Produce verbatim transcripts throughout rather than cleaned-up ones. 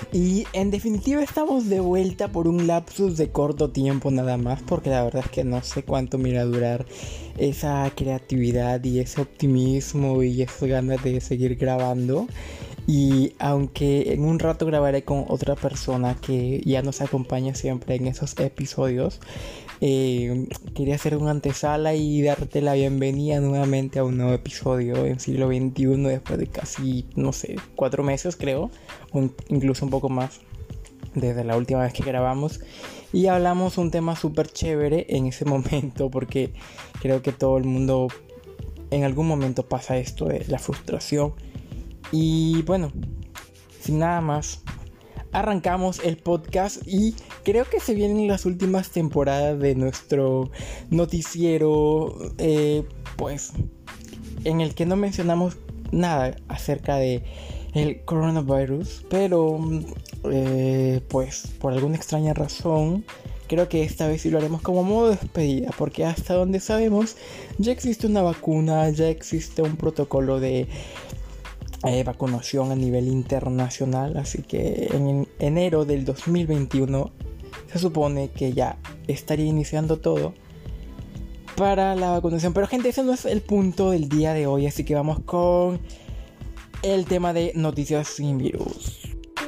Y en definitiva estamos de vuelta por un lapsus de corto tiempo nada más, porque la verdad es que no sé cuánto me irá a durar esa creatividad y ese optimismo y esas ganas de seguir grabando. Y aunque en un rato grabaré con otra persona que ya nos acompaña siempre en esos episodios, eh, quería hacer una antesala y darte la bienvenida nuevamente a un nuevo episodio en siglo veintiuno después de casi, no sé, cuatro meses creo, o incluso un poco más desde la última vez que grabamos. Y hablamos un tema súper chévere en ese momento, porque creo que todo el mundo en algún momento pasa esto de la frustración. Y bueno, sin nada más, arrancamos el podcast y creo que se vienen las últimas temporadas de nuestro noticiero, eh, pues, en el que no mencionamos nada acerca de el coronavirus, pero, eh, pues, por alguna extraña razón, creo que esta vez sí lo haremos como modo de despedida, porque hasta donde sabemos ya existe una vacuna, ya existe un protocolo de Eh, vacunación a nivel internacional, así que en enero del dos mil veintiuno se supone que ya estaría iniciando todo para la vacunación. Pero gente, ese no es el punto del día de hoy, así que vamos con el tema de noticias sin virus.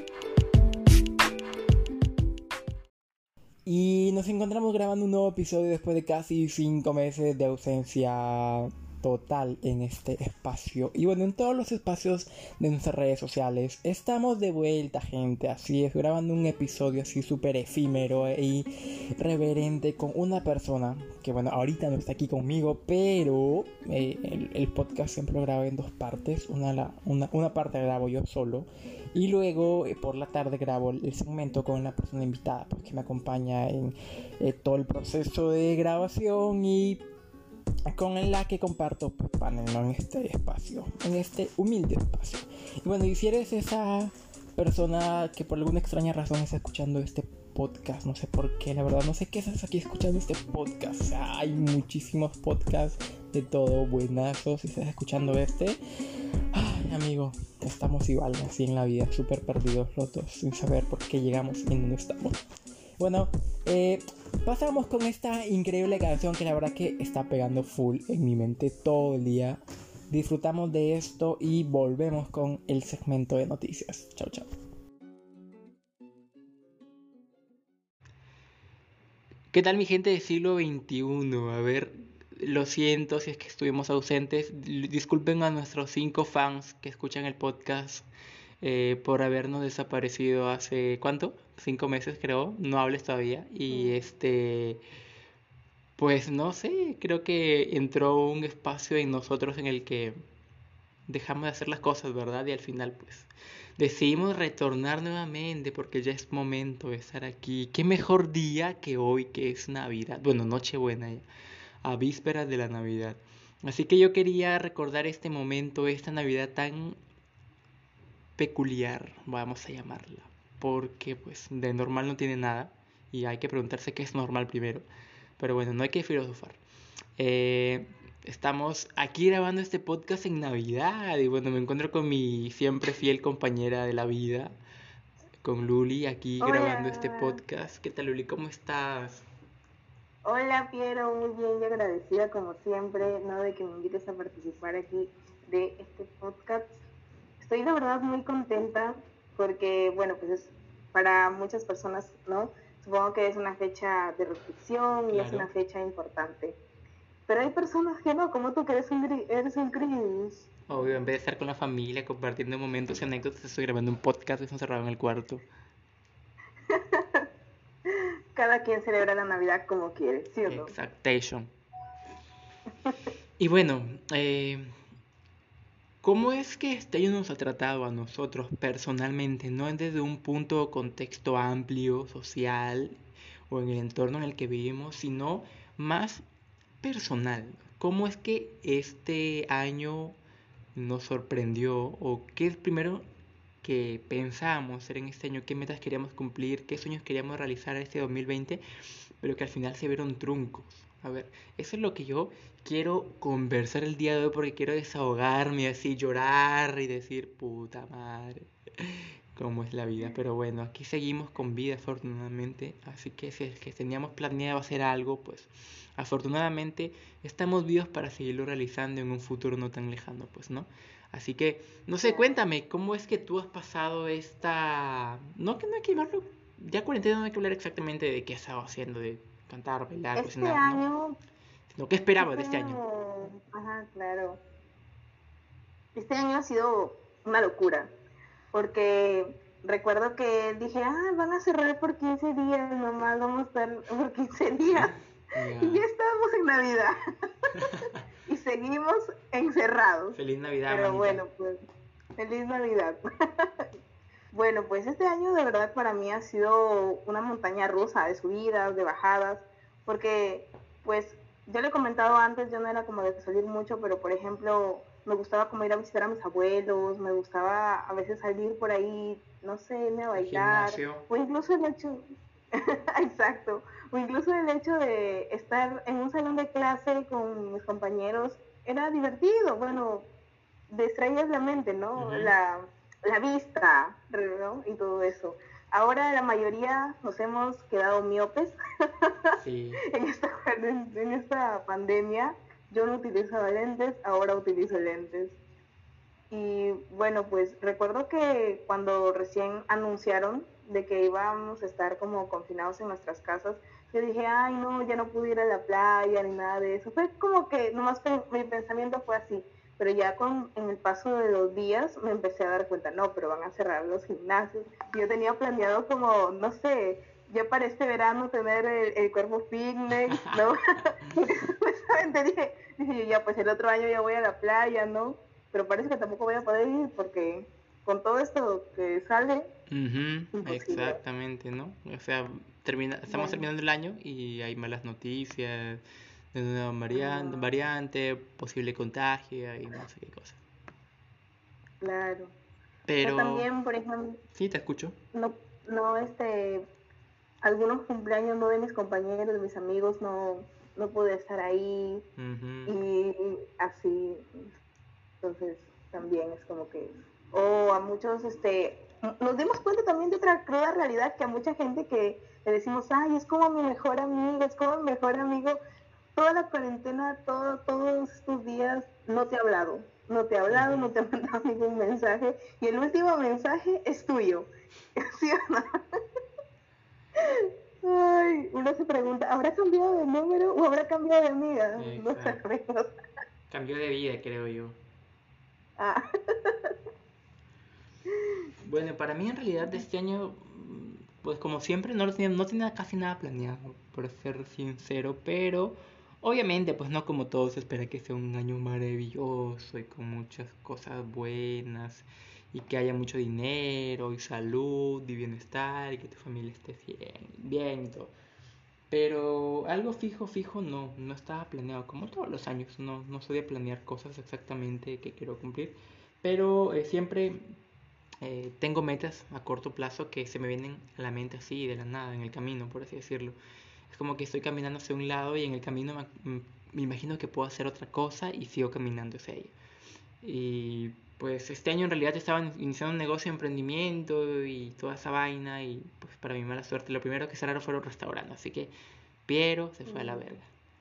Y nos encontramos grabando un nuevo episodio después de casi cinco meses de ausencia total en este espacio. Y bueno, en todos los espacios de nuestras redes sociales estamos de vuelta, gente. Así es, grabando un episodio así súper efímero y reverente con una persona que, bueno, ahorita no está aquí conmigo, pero eh, el, el podcast siempre lo grabo en dos partes. Una, la, una, una parte la grabo yo solo y luego eh, por la tarde grabo el segmento con la persona invitada, pues, que me acompaña en eh, todo el proceso de grabación y con la que comparto, pues, panel, ¿no? En este espacio, en este humilde espacio. Y bueno, y si eres esa persona que por alguna extraña razón está escuchando este podcast, no sé por qué, la verdad, no sé qué estás aquí escuchando este podcast. O sea, hay muchísimos podcasts de todo, buenazos. Si estás escuchando este, ay, amigo, estamos igual, así en la vida, súper perdidos los dos, sin saber por qué llegamos y en dónde estamos. Bueno, eh, pasamos con esta increíble canción que la verdad que está pegando full en mi mente todo el día. Disfrutamos de esto y volvemos con el segmento de noticias. Chao, chao. ¿Qué tal, mi gente de siglo veintiuno? A ver, lo siento si es que estuvimos ausentes. Disculpen a nuestros cinco fans que escuchan el podcast eh, por habernos desaparecido hace, ¿cuánto? Cinco meses creo, no hables todavía. Y este, pues no sé, creo que entró un espacio en nosotros en el que dejamos de hacer las cosas, ¿verdad? Y al final pues decidimos retornar nuevamente porque ya es momento de estar aquí. ¿Qué mejor día que hoy, que es Navidad? Bueno, Nochebuena ya, a vísperas de la Navidad. Así que yo quería recordar este momento, esta Navidad tan peculiar, vamos a llamarla, porque pues de normal no tiene nada y hay que preguntarse qué es normal primero, pero bueno, no hay que filosofar. Eh, Estamos aquí grabando este podcast en Navidad y bueno, me encuentro con mi siempre fiel compañera de la vida, con Luli, aquí grabando este Hola, podcast. ¿Qué tal, Luli? ¿Cómo estás? hola Piero, muy bien y agradecida como siempre, ¿no? De que me invites a participar aquí de este podcast. Estoy de verdad muy contenta porque, bueno, pues es para muchas personas, ¿no? Supongo que es una fecha de reflexión y es una Claro. fecha importante. Pero hay personas que no, como tú que eres un, gri- eres un Grinch. Obvio, en vez de estar con la familia compartiendo momentos y anécdotas, estoy grabando un podcast encerrado en el cuarto. Cada quien celebra la Navidad como quiere, ¿sí o no? Exactation. Y bueno, eh, ¿cómo es que este año nos ha tratado a nosotros personalmente? No desde un punto o contexto amplio, social o en el entorno en el que vivimos, sino más personal. ¿Cómo es que este año nos sorprendió o qué es primero que pensábamos hacer en este año, qué metas queríamos cumplir, qué sueños queríamos realizar este dos mil veinte, pero que al final se vieron truncos? A ver, eso es lo que yo quiero conversar el día de hoy porque quiero desahogarme así, llorar y decir, puta madre, cómo es la vida. Pero bueno, aquí seguimos con vida afortunadamente. Así que si es que teníamos planeado hacer algo, pues afortunadamente estamos vivos para seguirlo realizando en un futuro no tan lejano, pues, ¿no? Así que, no sé, Claro. cuéntame, ¿cómo es que tú has pasado esta... No que no hay que llamarlo... Ya cuarentena no hay que hablar exactamente de qué has estado haciendo, de cantar, bailar, Este cocinar, ¿no? año, Sino qué esperabas este de este año. año, ajá, claro. Este año ha sido una locura, porque recuerdo que dije, ah, van a cerrar por quince días, nomás vamos a estar por quince días, y ya Ya. estamos en Navidad, y seguimos encerrados. Feliz Navidad, Pero manita. bueno, pues, feliz Navidad. Bueno, pues este año de verdad para mí ha sido una montaña rusa de subidas, de bajadas, porque pues yo le he comentado antes, yo no era como de salir mucho, pero por ejemplo me gustaba como ir a visitar a mis abuelos, me gustaba a veces salir por ahí, no sé, irme a El bailar, gimnasio. o incluso el hecho, exacto, o incluso el hecho de estar en un salón de clase con mis compañeros, era divertido, bueno, distraías la mente, ¿no? Ujú. La, la vista, ¿no? Y todo eso. Ahora la mayoría nos hemos quedado miopes Sí. en, esta, en esta pandemia. Yo no utilizaba lentes, ahora utilizo lentes. Y bueno, pues recuerdo que cuando recién anunciaron de que íbamos a estar como confinados en nuestras casas, yo dije, ay no, ya no pude ir a la playa ni nada de eso. Fue como que nomás pe- mi pensamiento fue así, pero ya con en el paso de los días me empecé a dar cuenta, no, pero van a cerrar los gimnasios. Yo tenía planeado como, no sé, ya para este verano tener el, el cuerpo fitness, ¿no? Porque supuestamente dije, dije yo, ya pues el otro año ya voy a la playa, ¿no? Pero parece que tampoco voy a poder ir porque con todo esto que sale, Ujú, imposible. exactamente, ¿no? O sea, termina, estamos Bueno, terminando el año y hay malas noticias de una variante, ajá, variante, posible contagio y no sé qué cosa. claro. O sea, Pero también, por ejemplo, sí, te escucho. no, no, este, algunos cumpleaños no de mis compañeros, de mis amigos, no, no pude estar ahí Ujú. y así, entonces también es como que, o a muchos, este, nos dimos cuenta también de otra cruda realidad que a mucha gente que le decimos, ay, es como mi mejor amigo, es como mi mejor amigo, toda la cuarentena, todo, todos estos días no te ha hablado, no te ha hablado, Ujú. no te ha mandado ningún mensaje y el último mensaje es tuyo, ¿sí o no? Ay, uno se pregunta, ¿habrá cambiado de número o habrá cambiado de amiga? No Exacto. sabemos. Cambió de vida, creo yo. Ah, Bueno, para mí en realidad de este año, mm, pues como siempre, no lo tenía, no tenía casi nada planeado, por ser sincero, pero obviamente, pues no como todos, espera que sea un año maravilloso y con muchas cosas buenas y que haya mucho dinero y salud y bienestar y que tu familia esté bien, bien y todo. Pero algo fijo, fijo, no, no estaba planeado, como todos los años, no, no soy de planear cosas exactamente que quiero cumplir, pero eh, siempre eh, tengo metas a corto plazo que se me vienen a la mente así, de la nada, en el camino, por así decirlo. Es como que estoy caminando hacia un lado y en el camino me, mm, me imagino que puedo hacer otra cosa y sigo caminando hacia ella. Y pues este año en realidad estaba iniciando un negocio de emprendimiento y toda esa vaina y pues para mi mala suerte lo primero que cerraron fueron restaurantes, así que Piero se fue a la verga.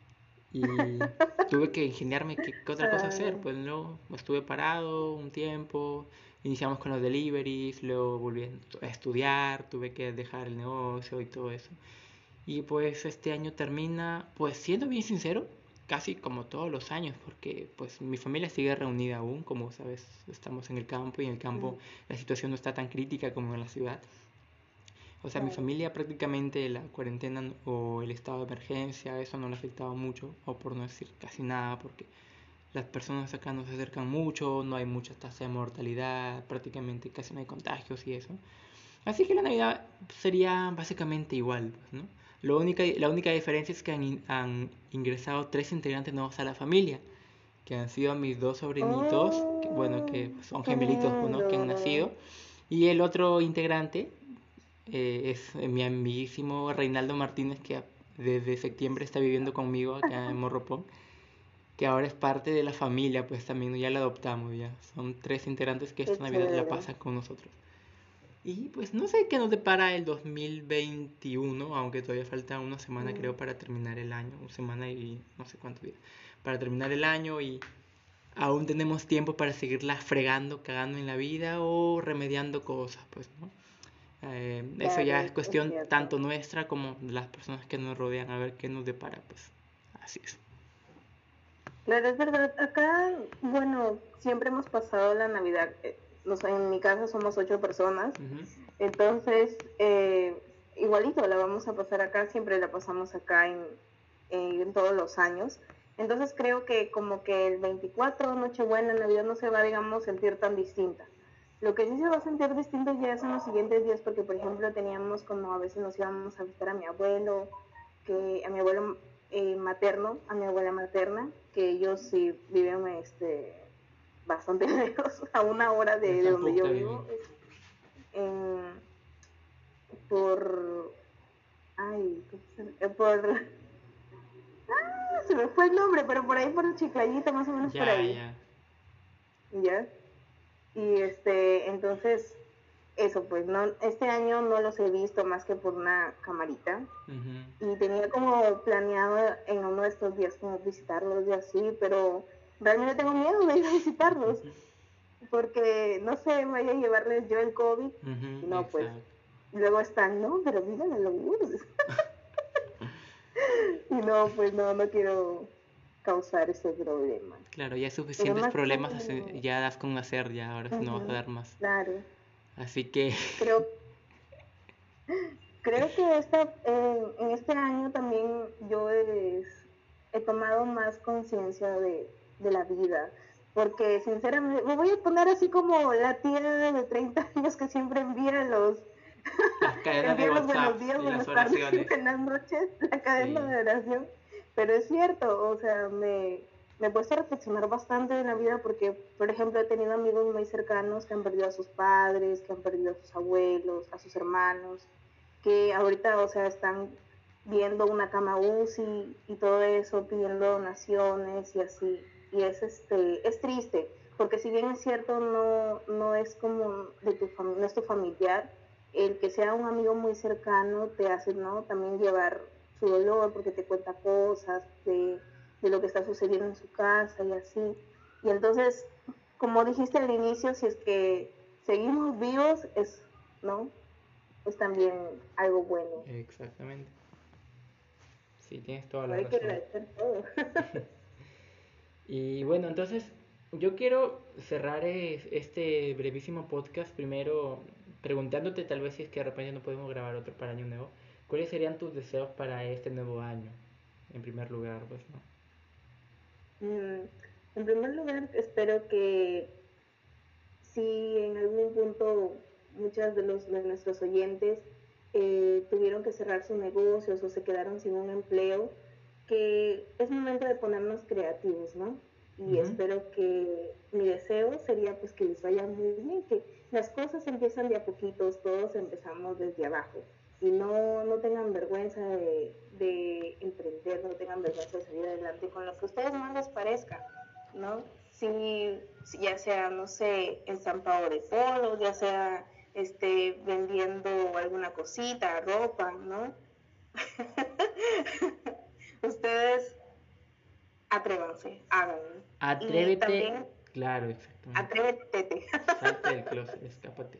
Y tuve que ingeniarme qué, qué otra cosa hacer. ay, Pues luego estuve parado un tiempo, iniciamos con los deliveries, luego volví a estudiar, tuve que dejar el negocio y todo eso. Y pues este año termina, pues siendo bien sincero, casi como todos los años, porque pues mi familia sigue reunida aún, como sabes, estamos en el campo y en el campo la situación no está tan crítica como en la ciudad. O sea, mi claro. familia prácticamente la cuarentena o el estado de emergencia, eso no le afectaba mucho, o por no decir casi nada, porque las personas acá no se acercan mucho, no hay mucha tasa de mortalidad, prácticamente casi no hay contagios y eso. Así que la Navidad sería básicamente igual, pues, ¿no? Lo única, la única diferencia es que han, in- han ingresado tres integrantes nuevos a la familia, que han sido mis dos sobrinitos, que, bueno, que Oh, son qué gemelitos, pues, ¿no? Que han lindo. nacido, y el otro integrante eh, es mi amiguísimo Reinaldo Martínez, que desde septiembre está viviendo conmigo acá en Morropón, que ahora es parte de la familia, pues también ya lo adoptamos ya. Son tres integrantes que Qué esta Navidad la chévere. pasan con nosotros. Y pues no sé qué nos depara el dos mil veintiuno, aunque todavía falta una semana Mm, creo para terminar el año, una semana y no sé cuántos días, para terminar el año y aún tenemos tiempo para seguirla fregando, cagando en la vida o remediando cosas, pues, ¿no? Eh, eso ya claro, es es cuestión cierto. tanto nuestra como de las personas que nos rodean, a ver qué nos depara, pues, así es. Claro, es verdad. Acá, bueno, siempre hemos pasado la Navidad. eh, No sé, en mi casa somos ocho personas. Ujú. Entonces, eh, igualito la vamos a pasar acá. Siempre la pasamos acá en, en, en todos los años. Entonces creo que como que el veinticuatro, Nochebuena, Navidad no se va, digamos, sentir tan distinta. Lo que sí se va a sentir distinto ya son los siguientes días, porque por ejemplo teníamos como a veces nos íbamos a visitar a mi abuelo, que a mi abuelo eh, materno, a mi abuela materna, que ellos sí viven este, bastante lejos, a una hora de, de Están donde yo puta vivo, viven. en, por, ay, ¿cómo se, eh, por, ah, se me fue el nombre, pero por ahí por Chiclayito, más o menos por Ya, ahí, ya. ¿ya? Y este, entonces, eso pues, no, este año no los he visto más que por una camarita, Ujú. y tenía como planeado en uno de estos días como visitarlos y así, pero realmente tengo miedo de ir a visitarlos porque no sé, vaya a llevarles yo el COVID y Ujú, no, pues exacto. luego están, no, pero viven en los Lourdes y no, pues no, no quiero causar ese problema. Claro, ya Pero suficientes más problemas hace- como, ya das con hacer, ya ahora no vas a uh-huh, dar más. claro, Así que, creo, creo que esta, eh, en este año también yo he, he tomado más conciencia de, de la vida, porque sinceramente me voy a poner así como la tía de treinta años que siempre envía los, las cadenas de envía los WhatsApp buenos días, y las buenas tardes y oraciones. buenas noches, la cadena Sí. de oración, pero es cierto, o sea, me, me he puesto a reflexionar bastante de la vida porque, por ejemplo, he tenido amigos muy cercanos que han perdido a sus padres, que han perdido a sus abuelos, a sus hermanos, que ahorita, o sea, están viendo una cama U C I y todo eso, pidiendo donaciones y así. Y es, este, es triste, porque si bien es cierto, no, no es como de tu fam no es tu familiar, el que sea un amigo muy cercano te hace, ¿no? También llevar su dolor porque te cuenta cosas de, de lo que está sucediendo en su casa y así. Y entonces, como dijiste al inicio, si es que seguimos vivos, es, ¿no? Es también algo bueno. Exactamente. Sí, tienes toda No la hay que razón. agradecer todo. Y bueno, entonces yo quiero cerrar es- este brevísimo podcast primero preguntándote tal vez si es que de repente no podemos grabar otro para Año Nuevo. ¿Cuáles serían tus deseos para este nuevo año? En primer lugar, pues, ¿no? Mm, en primer lugar, espero que si en algún punto muchas de, los, de nuestros oyentes eh, tuvieron que cerrar sus negocios o se quedaron sin un empleo, que es momento de ponernos creativos, ¿no? Y Ujú. espero que mi deseo sería pues que les vaya muy bien, que las cosas empiezan de a poquitos, todos empezamos desde abajo y no, no tengan vergüenza de, de emprender, no tengan vergüenza de salir adelante con lo que a ustedes más les parezca, ¿no? Si, si ya sea, no sé, estampado de polos, ya sea este, vendiendo alguna cosita, ropa, ¿no? Ustedes atrévanse, háganlo. Y Atrévete, también claro, exactamente. atrévete. Salte del closet, escápate.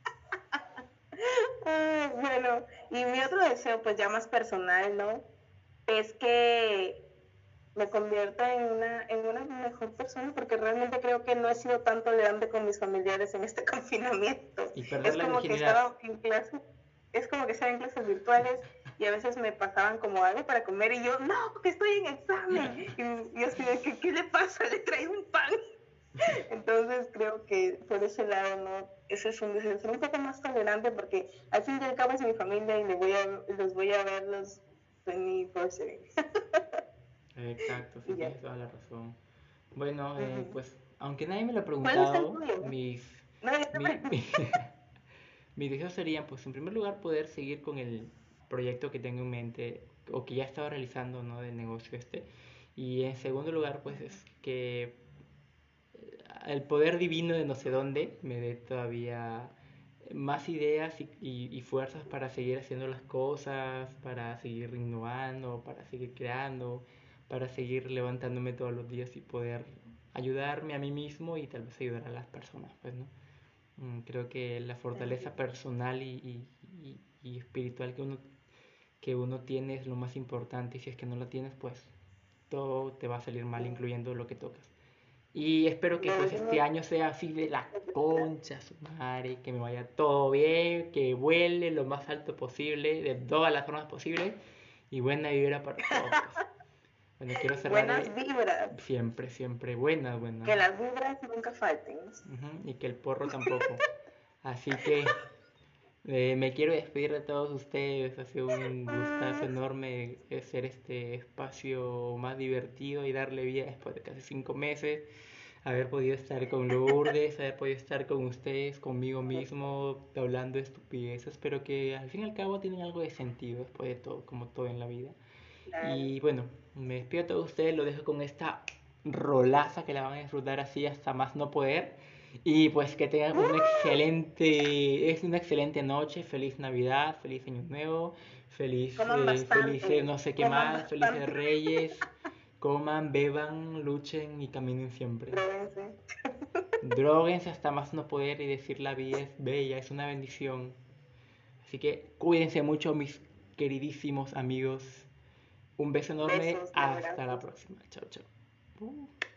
Ah, bueno, y mi otro deseo, pues ya más personal, ¿no? Es que me convierta en una, en una mejor persona, porque realmente creo que no he sido tan tolerante con mis familiares en este confinamiento. Y perder Es la como que virginidad. estaba en clase, es como que estaba en clases virtuales y a veces me pasaban como algo para comer y yo, no, porque estoy en examen. Y yo así de que, ¿qué le pasa? Le traigo un pan. Entonces creo que por ese lado, ¿no? Ese es un deseo, ser un poco más tolerante porque al fin y al cabo es mi familia y les voy a, los voy a ver los veinticuatro siete. Exacto, sí, Y ya. tienes toda la razón. Bueno, eh, Uh-huh. pues, aunque nadie me lo ha ¿Cuál es el preguntado, tuyo? mis, No, yo te mi, mi- pregunto. mis deseos serían, pues, en primer lugar, poder seguir con el proyecto que tengo en mente o que ya estaba realizando, ¿no? Del negocio este. Y en segundo lugar, pues, es que el poder divino de no sé dónde me dé todavía más ideas y, y, y fuerzas para seguir haciendo las cosas, para seguir innovando, para seguir creando, para seguir levantándome todos los días y poder ayudarme a mí mismo y tal vez ayudar a las personas, pues, ¿no? Mm, Creo que la fortaleza personal y, y, y- y espiritual que uno, que uno tiene es lo más importante y si es que no la tienes, pues todo te va a salir mal, incluyendo lo que tocas. Y espero que Lo pues último este año sea así de la concha, su madre, que me vaya todo bien, que vuele lo más alto posible, de todas las formas posibles, y buena vibra para todos, pues. Bueno, quiero cerrar buenas eh, vibras, siempre, siempre, buenas, buenas. que las vibras nunca falten. Ujú, y que el porro tampoco. Así que eh, me quiero despedir de todos ustedes. Ha sido un gustazo enorme hacer este espacio más divertido y darle vida después de casi cinco meses. Haber podido estar con Lourdes, haber podido estar con ustedes, conmigo mismo, hablando de estupideces, pero que al fin y al cabo tienen algo de sentido después de todo, como todo en la vida. Claro. Y bueno, me despido de todos ustedes, lo dejo con esta rolaza que la van a disfrutar así hasta más no poder. Y pues que tengan un excelente, es una excelente noche, feliz Navidad, feliz Año Nuevo, feliz, Coman eh, felices bastante, no sé qué coman más, felices bastante. Reyes, coman, beban, luchen y caminen siempre. Droguense. Dróguense hasta más no poder y decir la vida es bella, es una bendición. Así que cuídense mucho mis queridísimos amigos. Un beso enorme, Besos y hasta la abrazos. próxima. Chao, chao.